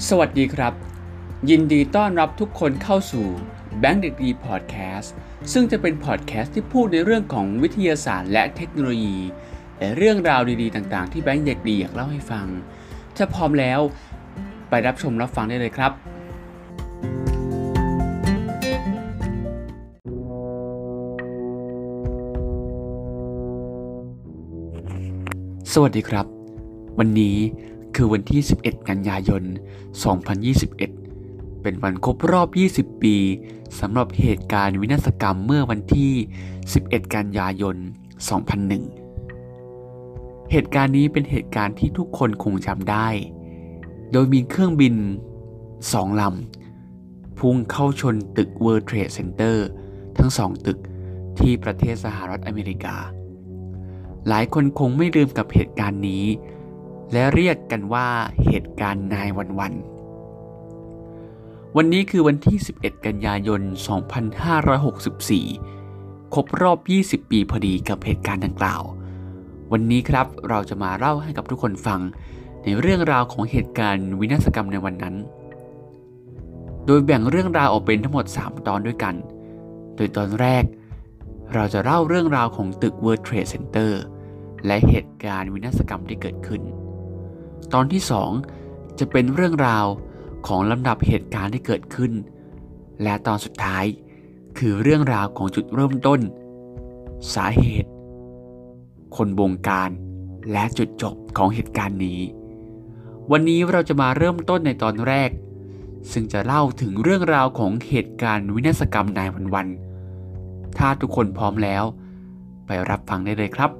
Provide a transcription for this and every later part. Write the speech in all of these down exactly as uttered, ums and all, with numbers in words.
สวัสดีครับยินดีต้อนรับทุกคนเข้าสู่แบงค์เด็กดีพอดแคสต์ซึ่งจะเป็นพอดแคสต์ที่พูดในเรื่องของวิทยาศาสตร์และเทคโนโลยีและเรื่องราวดีๆต่างๆที่แบงค์เด็กดีอยากเล่าให้ฟังถ้าพร้อมแล้วไปรับชมรับฟังได้เลยครับสวัสดีครับวันนี้คือวันที่สิบเอ็ดกันยายนสองพันยี่สิบเอ็ดเป็นวันครบรอบยี่สิบปีสำหรับเหตุการณ์วินาศกรรมเมื่อวันที่สิบเอ็ดกันยายนสองพันหนึ่งเหตุการณ์นี้เป็นเหตุการณ์ที่ทุกคนคงจำได้โดยมีเครื่องบินสองลำพุ่งเข้าชนตึก World Trade Center ทั้งสองตึกที่ประเทศสหรัฐอเมริกาหลายคนคงไม่ลืมกับเหตุการณ์นี้และเรียกกันว่าเหตุการณ์นายวันวันวันนี้คือวันที่สิบเอ็ดกันยายนสองพันห้าร้อยหกสิบสี่ครบรอบยี่สิบปีพอดีกับเหตุการณ์ดังกล่าววันนี้ครับเราจะมาเล่าให้กับทุกคนฟังในเรื่องราวของเหตุการณ์วินาศกรรมในวันนั้นโดยแบ่งเรื่องราวออกเป็นทั้งหมดสามตอนด้วยกันโดยตอนแรกเราจะเล่าเรื่องราวของตึก World Trade Center และเหตุการณ์วินาศกรรมที่เกิดขึ้นตอนที่สองจะเป็นเรื่องราวของลำดับเหตุการณ์ที่เกิดขึ้นและตอนสุดท้ายคือเรื่องราวของจุดเริ่มต้นสาเหตุคนบงการและจุดจบของเหตุการณ์นี้วันนี้เราจะมาเริ่มต้นในตอนแรกซึ่งจะเล่าถึงเรื่องราวของเหตุการณ์วินาศกรรมนายวันวันถ้าทุกคนพร้อมแล้วไปรับฟังได้เลยครับ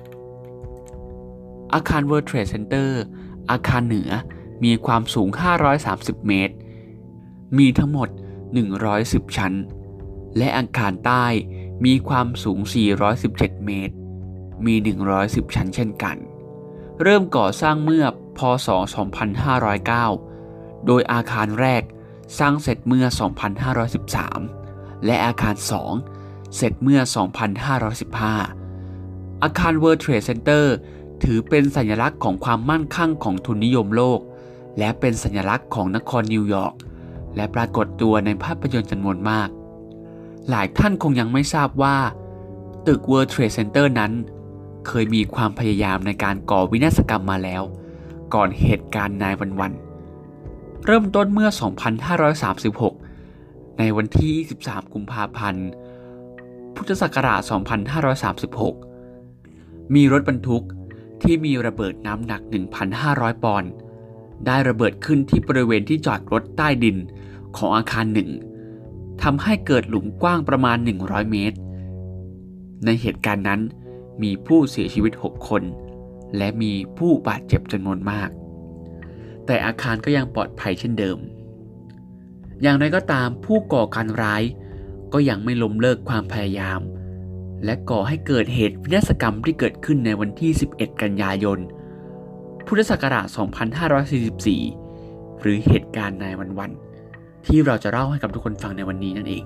อาคาร World Trade Center อาคารเหนือมีความสูงห้าร้อยสามสิบเมตรมีทั้งหมดหนึ่งร้อยสิบชั้นและอาคารใต้มีความสูงสี่ร้อยสิบเจ็ดเมตรมีหนึ่งร้อยสิบชั้นเช่นกันเริ่มก่อสร้างเมื่อพ.ศ. สองพันห้าร้อยเก้าโดยอาคารแรกสร้างเสร็จเมื่อ สองพันห้าร้อยสิบสามและอาคารสองเสร็จเมื่อ สองพันห้าร้อยสิบห้าอาคาร World Trade Centerถือเป็นสัญลักษณ์ของความมั่นคงของทุนนิยมโลกและเป็นสัญลักษณ์ของนครนิวยอร์กและปรากฏตัวในภาพยนตร์จำนวนมากหลายท่านคงยังไม่ทราบว่าตึก World Trade Center นั้นเคยมีความพยายามในการก่อวินาศกรรมมาแล้วก่อนเหตุการณ์นายวันวันเริ่มต้นเมื่อ สองพันห้าร้อยสามสิบหก ในวันที่ยี่สิบสามกุมภาพันธ์พุทธศักราช สองพันห้าร้อยสามสิบหก มีรถบรรทุกที่มีระเบิดน้ำหนัก หนึ่งพันห้าร้อย ปอนด์ได้ระเบิดขึ้นที่บริเวณที่จอดรถใต้ดินของอาคารหนึ่งทำให้เกิดหลุมกว้างประมาณหนึ่งร้อยเมตรในเหตุการณ์นั้นมีผู้เสียชีวิตหกคนและมีผู้บาดเจ็บจำนวนมากแต่อาคารก็ยังปลอดภัยเช่นเดิมอย่างไรก็ตามผู้ก่อการร้ายก็ยังไม่ล้มเลิกความพยายามและก่อให้เกิดเหตุวินาศกรรมที่เกิดขึ้นในวันที่สิบเอ็ดกันยายนพุทธศักราช สองพันห้าร้อยสี่สิบสี่ หรือเหตุการณ์นายวันวันที่เราจะเล่าให้กับทุกคนฟังในวันนี้นั่นเอง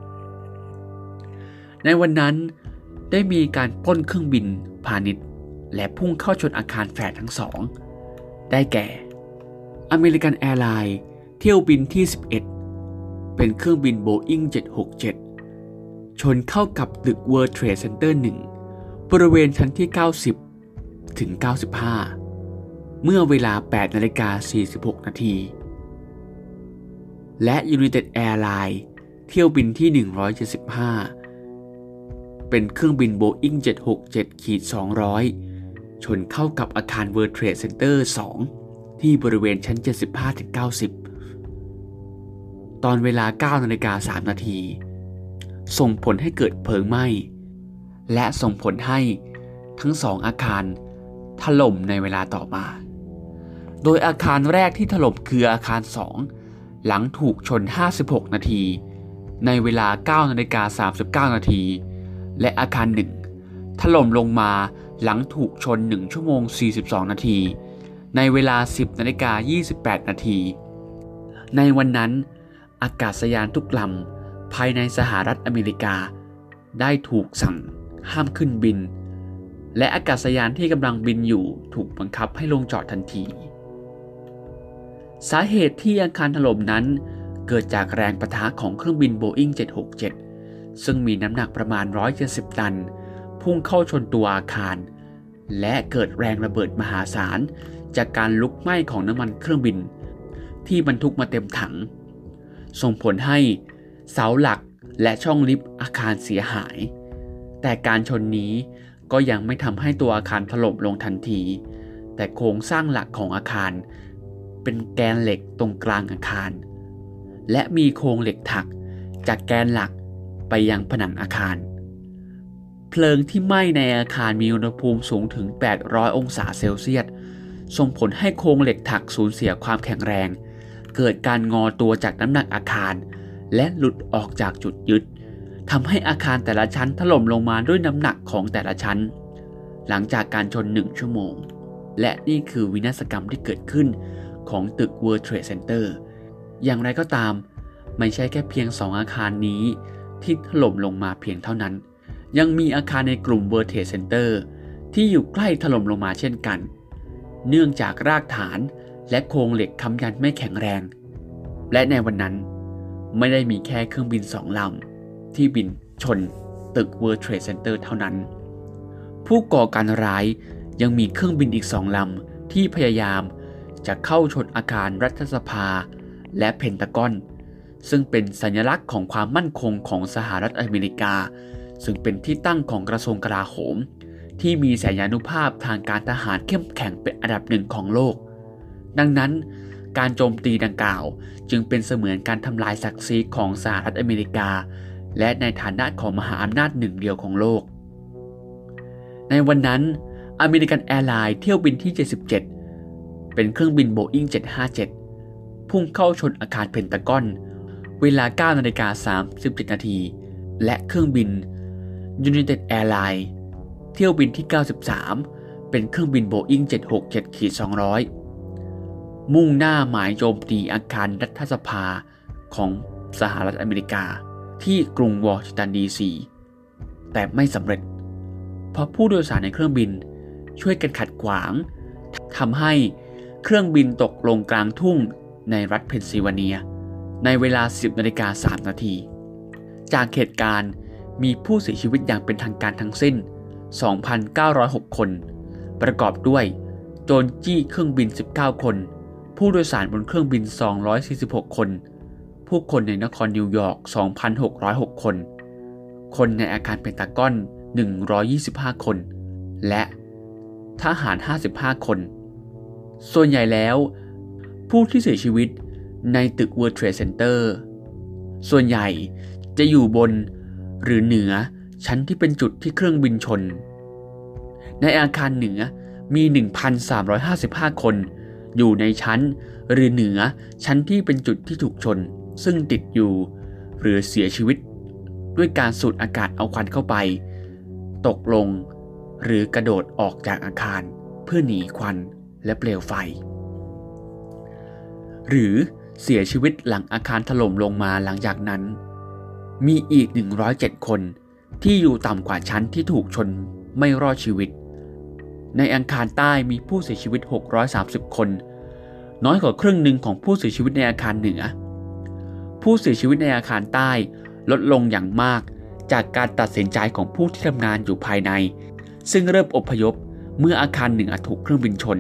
ในวันนั้นได้มีการปล้นเครื่องบินพาณิชย์และพุ่งเข้าชนอาคารแฝดทั้งสองได้แก่อเมริกันแอร์ไลน์เที่ยวบินที่สิบเอ็ดเป็นเครื่องบิน Boeing เจ็ดหกเจ็ดชนเข้ากับตึก World Trade Center หนึ่งบริเวณชั้นที่เก้าสิบถึงเก้าสิบห้าเมื่อเวลา แปดนาฬิกาสี่สิบหก นาทีและ United Airlines เที่ยวบินที่หนึ่งร้อยเจ็ดสิบห้าเป็นเครื่องบิน Boeing เจ็ดหกเจ็ด สองร้อย ชนเข้ากับอาคาร World Trade Center สองที่บริเวณชั้น เจ็ดสิบห้าถึงเก้าสิบ ตอนเวลา เก้านาฬิกาสาม นาทีส่งผลให้เกิดเพลิงไหม้และส่งผลให้ทั้งสองอาคารถล่มในเวลาต่อมาโดยอาคารแรกที่ถล่มคืออาคารสองหลังถูกชนห้าสิบหกนาทีในเวลา เก้านาฬิกาสามสิบเก้า นาทีและอาคารหนึ่งถล่มลงมาหลังถูกชนหนึ่งชั่วโมงสี่สิบสองนาทีในเวลา สิบนาฬิกายี่สิบแปด นาทีในวันนั้นอากาศยานทุกลำภายในสหรัฐอเมริกาได้ถูกสั่งห้ามขึ้นบินและอากาศยานที่กำลังบินอยู่ถูกบังคับให้ลงจอดทันทีสาเหตุที่อาคารถล่มนั้นเกิดจากแรงปะทะของเครื่องบิน Boeing เจ็ดหกเจ็ด ซึ่งมีน้ำหนักประมาณหนึ่งร้อยเจ็ดสิบตันพุ่งเข้าชนตัวอาคารและเกิดแรงระเบิดมหาศาลจากการลุกไหม้ของน้ำมันเครื่องบินที่บรรทุกมาเต็มถังส่งผลให้เสาหลักและช่องลิฟต์อาคารเสียหายแต่การชนนี้ก็ยังไม่ทำให้ตัวอาคารถล่มลงทันทีแต่โครงสร้างหลักของอาคารเป็นแกนเหล็กตรงกลางอาคารและมีโครงเหล็กถักจากแกนหลักไปยังผนังอาคารเพลิงที่ไหม้ในอาคารมีอุณหภูมิสูงถึงแปดร้อยองศาเซลเซียสส่งผลให้โครงเหล็กถักสูญเสียความแข็งแรงเกิดการงอตัวจากน้ำหนักอาคารและหลุดออกจากจุดยึดทำให้อาคารแต่ละชั้นถล่มลงมาด้วยน้ำหนักของแต่ละชั้นหลังจากการชนหนึ่งชั่วโมงและนี่คือวินาศกรรมที่เกิดขึ้นของตึก World Trade Center อย่างไรก็ตามไม่ใช่แค่เพียงสองอาคารนี้ที่ถล่มลงมาเพียงเท่านั้นยังมีอาคารในกลุ่ม World Trade Center ที่อยู่ใกล้ถล่มลงมาเช่นกันเนื่องจากรากฐานและโครงเหล็กค้ำยันไม่แข็งแรงและในวันนั้นไม่ได้มีแค่เครื่องบินสองลำที่บินชนตึก World Trade Center เท่านั้นผู้ก่อการร้ายยังมีเครื่องบินอีกสองลำที่พยายามจะเข้าชนอาคารรัฐสภาและเพนทากอนซึ่งเป็นสัญลักษณ์ของความมั่นคงของสหรัฐอเมริกาซึ่งเป็นที่ตั้งของกระทรวงกลาโหมที่มีสัญญานุภาพทางการทหารเข้มแข็งเป็นอันดับหนึ่งของโลกดังนั้นการโจมตีดังกล่าวจึงเป็นเสมือนการทำลายศักดิ์ศรีของสหรัฐอเมริกาและในฐานะของมหาอำนาจหนึ่งเดียวของโลกในวันนั้นอเมริกันแอร์ไลน์เที่ยวบินที่เจ็ดสิบเจ็ดเป็นเครื่องบิน Boeing เจ็ดห้าเจ็ดพุ่งเข้าชนอาคารเพนทากอนเวลา เก้านาฬิกาสามสิบเจ็ดนาทีและเครื่องบิน United Airlines เที่ยวบินที่เก้าสิบสามเป็นเครื่องบิน Boeing เจ็ดหกเจ็ด สองร้อยมุ่งหน้าหมายโจมตีอาคารรัฐสภาของสหรัฐอเมริกาที่กรุงวอชิงตันดีซีแต่ไม่สำเร็จเพราะผู้โดยสารในเครื่องบินช่วยกันขัดขวางทำให้เครื่องบินตกลงกลางทุ่งในรัฐเพนซิลเวเนียในเวลา สิบนาฬิกาสามนาทีจากเหตุการณ์มีผู้เสียชีวิตอย่างเป็นทางการทั้งสิ้น สองพันเก้าร้อยหก คนประกอบด้วยโจรจี้เครื่องบินสิบเก้าคนผู้โดยสารบนเครื่องบินสองร้อยสี่สิบหกคนผู้คนในนครนิวยอร์ก สองพันหกร้อยหก คนคนในอาคารเพนทากอนหนึ่งร้อยยี่สิบห้าคนและทหารห้าสิบห้าคนส่วนใหญ่แล้วผู้ที่เสียชีวิตในตึก World Trade Center ส่วนใหญ่จะอยู่บนหรือเหนือชั้นที่เป็นจุดที่เครื่องบินชนในอาคารเหนือมี หนึ่งพันสามร้อยห้าสิบห้า คนอยู่ในชั้นหรือเหนือชั้นที่เป็นจุดที่ถูกชนซึ่งติดอยู่หรือเสียชีวิตด้วยการสูดอากาศเอาควันเข้าไปตกลงหรือกระโดดออกจากอาคารเพื่อหนีควันและเปลวไฟหรือเสียชีวิตหลังอาคารถล่มลงมาหลังจากนั้นมีอีกหนึ่งร้อยเจ็ดคนที่อยู่ต่ำกว่าชั้นที่ถูกชนไม่รอดชีวิตในอาคารใต้มีผู้เสียชีวิตหกร้อยสามสิบคนน้อยกว่าครึ่งหนึ่งของผู้เสียชีวิตในอาคารเหนือผู้เสียชีวิตในอาคารใต้ลดลงอย่างมากจากการตัดสินใจของผู้ที่ทำงานอยู่ภายในซึ่งเริ่มอพยพเมื่ออาคารเหนือถูกเครื่องบินชน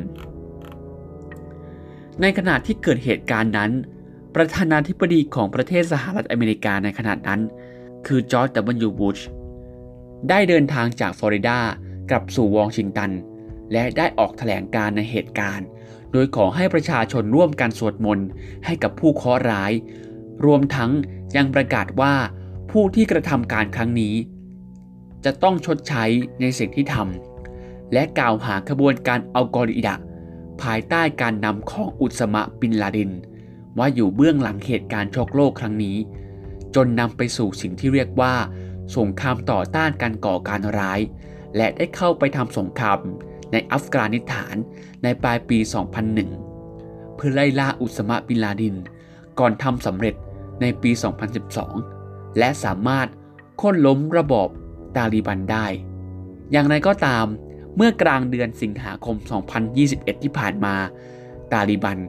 ในขณะที่เกิดเหตุการณ์นั้นประธานาธิบดีของประเทศสหรัฐอเมริกาในขณะนั้นคือจอร์จ ดับเบิลยู บุชได้เดินทางจากฟลอริดากลับสู่วอชิงตันและได้ออกแถลงการณ์ในเหตุการณ์โดยขอให้ประชาชนร่วมกันสวดมนต์ให้กับผู้เคราะห์ร้ายรวมทั้งยังประกาศว่าผู้ที่กระทำการครั้งนี้จะต้องชดใช้ในสิ่งที่ทำและกล่าวหาขบวนการอัลกออิดะภายใต้การนำของอุสมะบินลาดินว่าอยู่เบื้องหลังเหตุการณ์ช็อกโลกครั้งนี้จนนำไปสู่สิ่งที่เรียกว่าสงครามต่อต้านการก่อการร้ายและได้เข้าไปทำสงครามในอัฟกานิสถานในปลายปี สองพันหนึ่ง เพื่อไล่ล่าอุสมะบินลาดินก่อนทำสำเร็จในปี สองพันสิบสอง และสามารถโค่นล้มระบอบตาลิบันได้อย่างไรก็ตามเมื่อกลางเดือนสิงหาคม สองพันยี่สิบเอ็ด ที่ผ่านมาตาลิบัน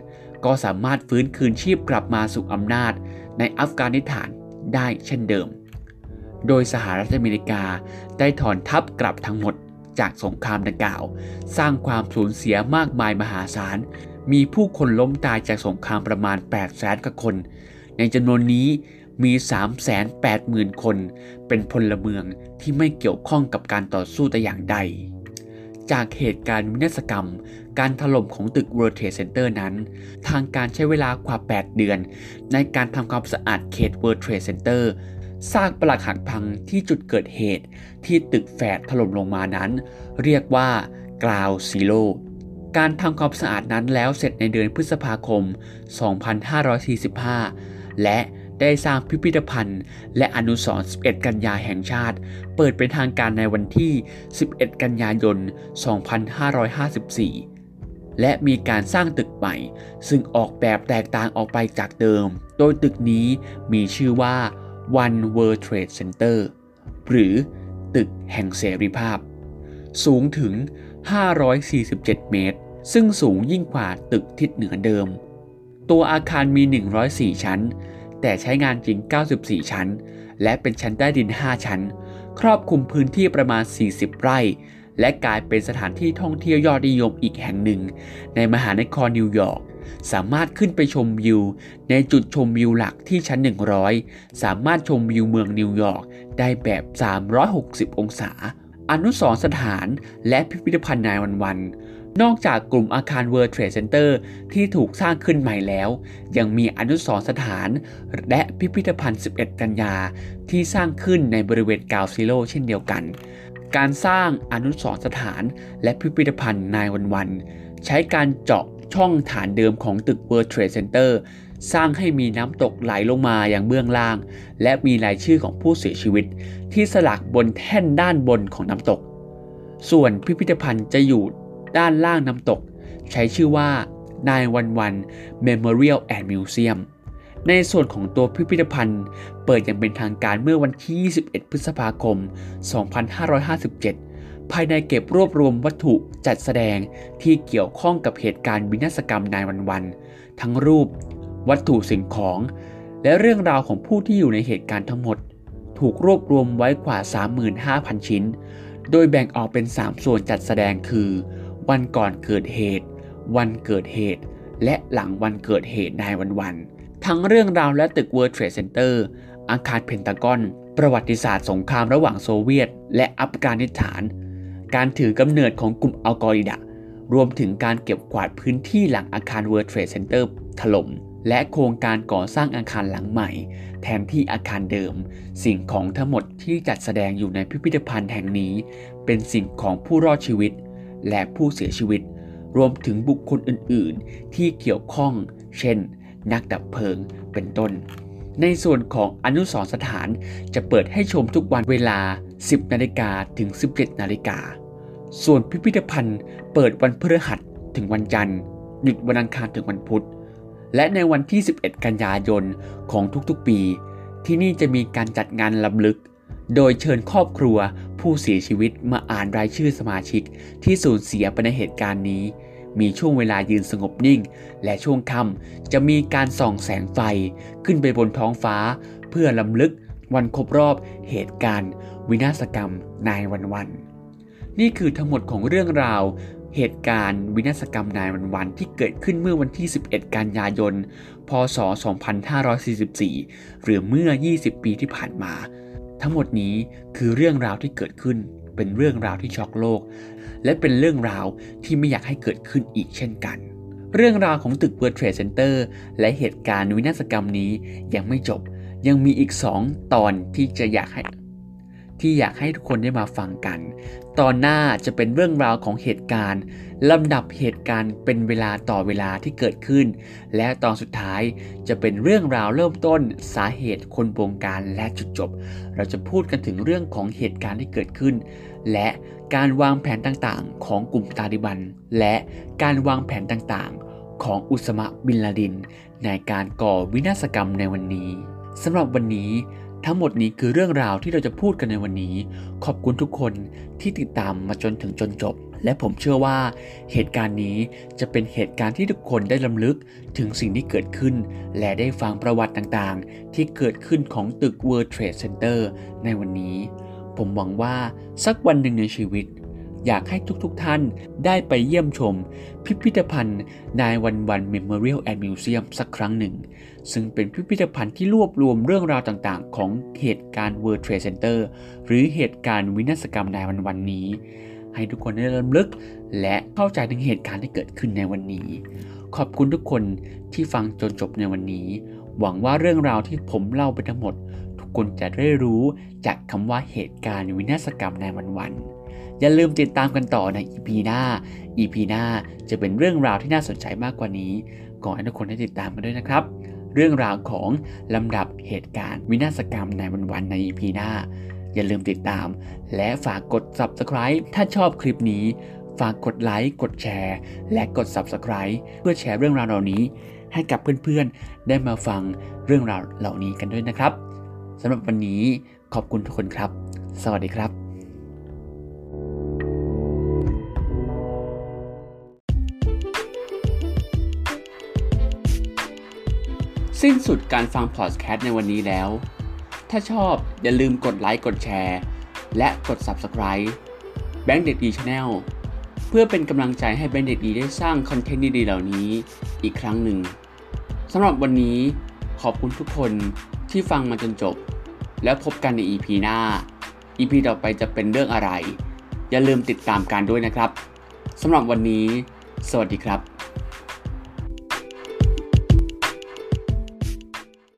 ก็สามารถฟื้นคืนชีพกลับมาสู่อำนาจในอัฟกานิสถานได้เช่นเดิมโดยสหรัฐอเมริกาได้ถอนทัพกลับทั้งหมดจากสงครามดังกล่าวสร้างความสูญเสียมากมายมหาศาลมีผู้คนล้มตายจากสงครามประมาณ แปดแสน กว่าคนในจำนวนนี้มี สามแสนแปดหมื่น คนเป็นพลเมืองที่ไม่เกี่ยวข้องกับการต่อสู้แต่อย่างใดจากเหตุการณ์วินาศกรรมการถล่มของตึก World Trade Center นั้นทางการใช้เวลากว่าแปดเดือนในการทำความสะอาดเขต World Trade Center ซากปรักหักพังที่จุดเกิดเหตุที่ตึกแฝดถล่มลงมานั้นเรียกว่า Ground Zero การทำความสะอาดนั้นแล้วเสร็จในเดือนพฤษภาคม สองพันห้าร้อยสี่สิบห้า และได้สร้างพิพิธภัณฑ์และอนุสรณ์ สิบเอ็ด กันยาแห่งชาติเปิดเป็นทางการในวันที่ สิบเอ็ด กันยายน สองพันห้าร้อยห้าสิบสี่ และมีการสร้างตึกใหม่ซึ่งออกแบบแตกต่างออกไปจากเดิมโดยตึกนี้มีชื่อว่า One World Trade Center หรือตึกแห่งเสรีภาพสูงถึง ห้าร้อยสี่สิบเจ็ด เมตรซึ่งสูงยิ่งกว่าตึกทิศเหนือเดิมตัวอาคารมี หนึ่งร้อยสี่ ชั้นแต่ใช้งานจริง เก้าสิบสี่ ชั้นและเป็นชั้นใต้ดิน ห้า ชั้นครอบคลุมพื้นที่ประมาณ สี่สิบ ไร่และกลายเป็นสถานที่ท่องเที่ยวยอดนิยมอีกแห่งหนึ่งในมหานครนิวยอร์กสามารถขึ้นไปชมวิวในจุดชมวิวหลักที่ชั้น หนึ่งร้อย สามารถชมวิวเมืองนิวยอร์กได้แบบ สามร้อยหกสิบ องศาอนุสรณ์สถานและพิพิธภัณฑ์นายวันๆนอกจากกลุ่มอาคาร World Trade Center ที่ถูกสร้างขึ้นใหม่แล้วยังมีอนุสรณ์สถานและพิพิธภัณฑ์ สิบเอ็ด กันยาที่สร้างขึ้นในบริเวณกราวด์ซีโร่เช่นเดียวกันการสร้างอนุสรณ์สถานและพิพิธภัณฑ์นายวันๆใช้การเจาะช่องฐานเดิมของตึก World Trade Center สร้างให้มีน้ำตกไหลลงมาอย่างเบื้องล่างและมีรายชื่อของผู้เสียชีวิตที่สลักบนแท่นด้านบนของน้ำตกส่วนพิพิธภัณฑ์จะอยู่ด้านล่างน้ำตกใช้ชื่อว่า นายวันวัน Memorial and Museum ในส่วนของตัวพิพิธภัณฑ์เปิดอย่างเป็นทางการเมื่อวันที่ ยี่สิบเอ็ด พฤษภาคม สองพันห้าร้อยห้าสิบเจ็ด ภายในเก็บรวบรวมวัตถุจัดแสดงที่เกี่ยวข้องกับเหตุการณ์วินาศกรรมนายวันวันทั้งรูปวัตถุสิ่งของและเรื่องราวของผู้ที่อยู่ในเหตุการณ์ทั้งหมดถูกรวบรวมไว้กว่า สามหมื่นห้าพัน ชิ้นโดยแบ่งออกเป็น สาม ส่วนจัดแสดงคือวันก่อนเกิดเหตุวันเกิดเหตุและหลังวันเกิดเหตุนายวันวันทั้งเรื่องราวและตึก World Trade Center อาคารเพนทากอนประวัติศาสตร์สงครามระหว่างโซเวียตและอัฟกานิสถานการถือกำเนิดของกลุ่มอัลกออิดะรวมถึงการเก็บกวาดพื้นที่หลังอาคาร World Trade Center ถล่มและโครงการก่อสร้างอาคารหลังใหม่แทนที่อาคารเดิมสิ่งของทั้งหมดที่จัดแสดงอยู่ในพิพิธภัณฑ์แห่งนี้เป็นสิ่งของผู้รอดชีวิตและผู้เสียชีวิตรวมถึงบุคคลอื่นๆที่เกี่ยวข้องเช่นนักดับเพลิงเป็นต้นในส่วนของอนุสรณ์สถานจะเปิดให้ชมทุกวันเวลา สิบ นาฬิกาถึง สิบเจ็ด นาฬิกาส่วนพิพิธภัณฑ์เปิดวันพฤหัสถึงวันจันทร์หยุดวันอังคารถึงวันพุธและในวันที่ สิบเอ็ด กันยายนของทุกๆปีที่นี่จะมีการจัดงานรำลึกโดยเชิญครอบครัวผู้เสียชีวิตมาอ่านรายชื่อสมาชิกที่สูญเสียไปในเหตุการณ์นี้มีช่วงเวลายืนสงบนิ่งและช่วงค่ำจะมีการส่องแสงไฟขึ้นไปบนท้องฟ้าเพื่อรำลึกวันครบรอบเหตุการณ์วินาศกรรมนายวันวันนี่คือทั้งหมดของเรื่องราวเหตุการณ์วินาศกรรมนายวันวันที่เกิดขึ้นเมื่อวันที่ สิบเอ็ด กันยายน พ.ศ. สองพันห้าร้อยสี่สิบสี่ หรือเมื่อ ยี่สิบ ปีที่ผ่านมาทั้งหมดนี้คือเรื่องราวที่เกิดขึ้นเป็นเรื่องราวที่ช็อกโลกและเป็นเรื่องราวที่ไม่อยากให้เกิดขึ้นอีกเช่นกันเรื่องราวของตึก World Trade Center และเหตุการณ์วินาศกรรมนี้ยังไม่จบยังมีอีกสองตอนที่จะอยากให้ที่อยากให้ทุกคนได้มาฟังกันตอนหน้าจะเป็นเรื่องราวของเหตุการณ์ลำดับเหตุการณ์เป็นเวลาต่อเวลาที่เกิดขึ้นและตอนสุดท้ายจะเป็นเรื่องราวเริ่มต้นสาเหตุคนบงการและจุดจบเราจะพูดกันถึงเรื่องของเหตุการณ์ที่เกิดขึ้นและการวางแผนต่างๆของกลุ่มตาลิบันและการวางแผนต่างๆของอุสมาบินลาดินในการก่อวินาศกรรมในวันนี้สำหรับวันนี้ทั้งหมดนี้คือเรื่องราวที่เราจะพูดกันในวันนี้ขอบคุณทุกคนที่ติดตามมาจนถึงจนจบและผมเชื่อว่าเหตุการณ์นี้จะเป็นเหตุการณ์ที่ทุกคนได้รำลึกถึงสิ่งที่เกิดขึ้นและได้ฟังประวัติต่างๆที่เกิดขึ้นของตึก World Trade Center ในวันนี้ผมหวังว่าสักวันหนึ่งในชีวิตอยากให้ทุกๆท่านได้ไปเยี่ยมชมพิพิธภัณฑ์นายวันวัน Memorial and Museum สักครั้งหนึ่งซึ่งเป็นพิพิธภัณฑ์ที่รวบรวมเรื่องราวต่างๆของเหตุการณ์ World Trade Center หรือเหตุการณ์วินาศกรรมนายวันวันนี้ให้ทุกคนได้รำลึกและเข้าใจถึงเหตุการณ์ที่เกิดขึ้นในวันนี้ขอบคุณทุกคนที่ฟังจนจบในวันนี้หวังว่าเรื่องราวที่ผมเล่าไปทั้งหมดทุกคนจะได้รู้จากคำว่าเหตุการณ์วินาศกรรมนายวันวันอย่าลืมติดตามกันต่อใน อี พี หน้า อี พี หน้าจะเป็นเรื่องราวที่น่าสนใจมากกว่านี้ขอให้ทุกคนได้ติดตามกันด้วยนะครับเรื่องราวของลำดับเหตุการณ์วินาศกรรมนายวันวันใน อี พี หน้าอย่าลืมติดตามและฝากกด Subscribe ถ้าชอบคลิปนี้ฝากกดไลค์กดแชร์และกด Subscribe เพื่อแชร์เรื่องราวเหล่านี้ให้กับเพื่อนๆได้มาฟังเรื่องราวเหล่านี้กันด้วยนะครับสำหรับวันนี้ขอบคุณทุกคนครับสวัสดีครับสิ้นสุดการฟังพอดแคสต์ในวันนี้แล้วถ้าชอบอย่าลืมกดไลค์กดแชร์และกด Subscribe แบงค์เด็กดี Channel เพื่อเป็นกำลังใจให้แบงค์เด็กดีได้สร้างคอนเทนต์ดีๆเหล่านี้อีกครั้งหนึ่งสำหรับวันนี้ขอบคุณทุกคนที่ฟังมาจนจบแล้วพบกันใน อี พี หน้า อี พี ต่อไปจะเป็นเรื่องอะไรอย่าลืมติดตามกันด้วยนะครับสำหรับวันนี้สวัสดีครับ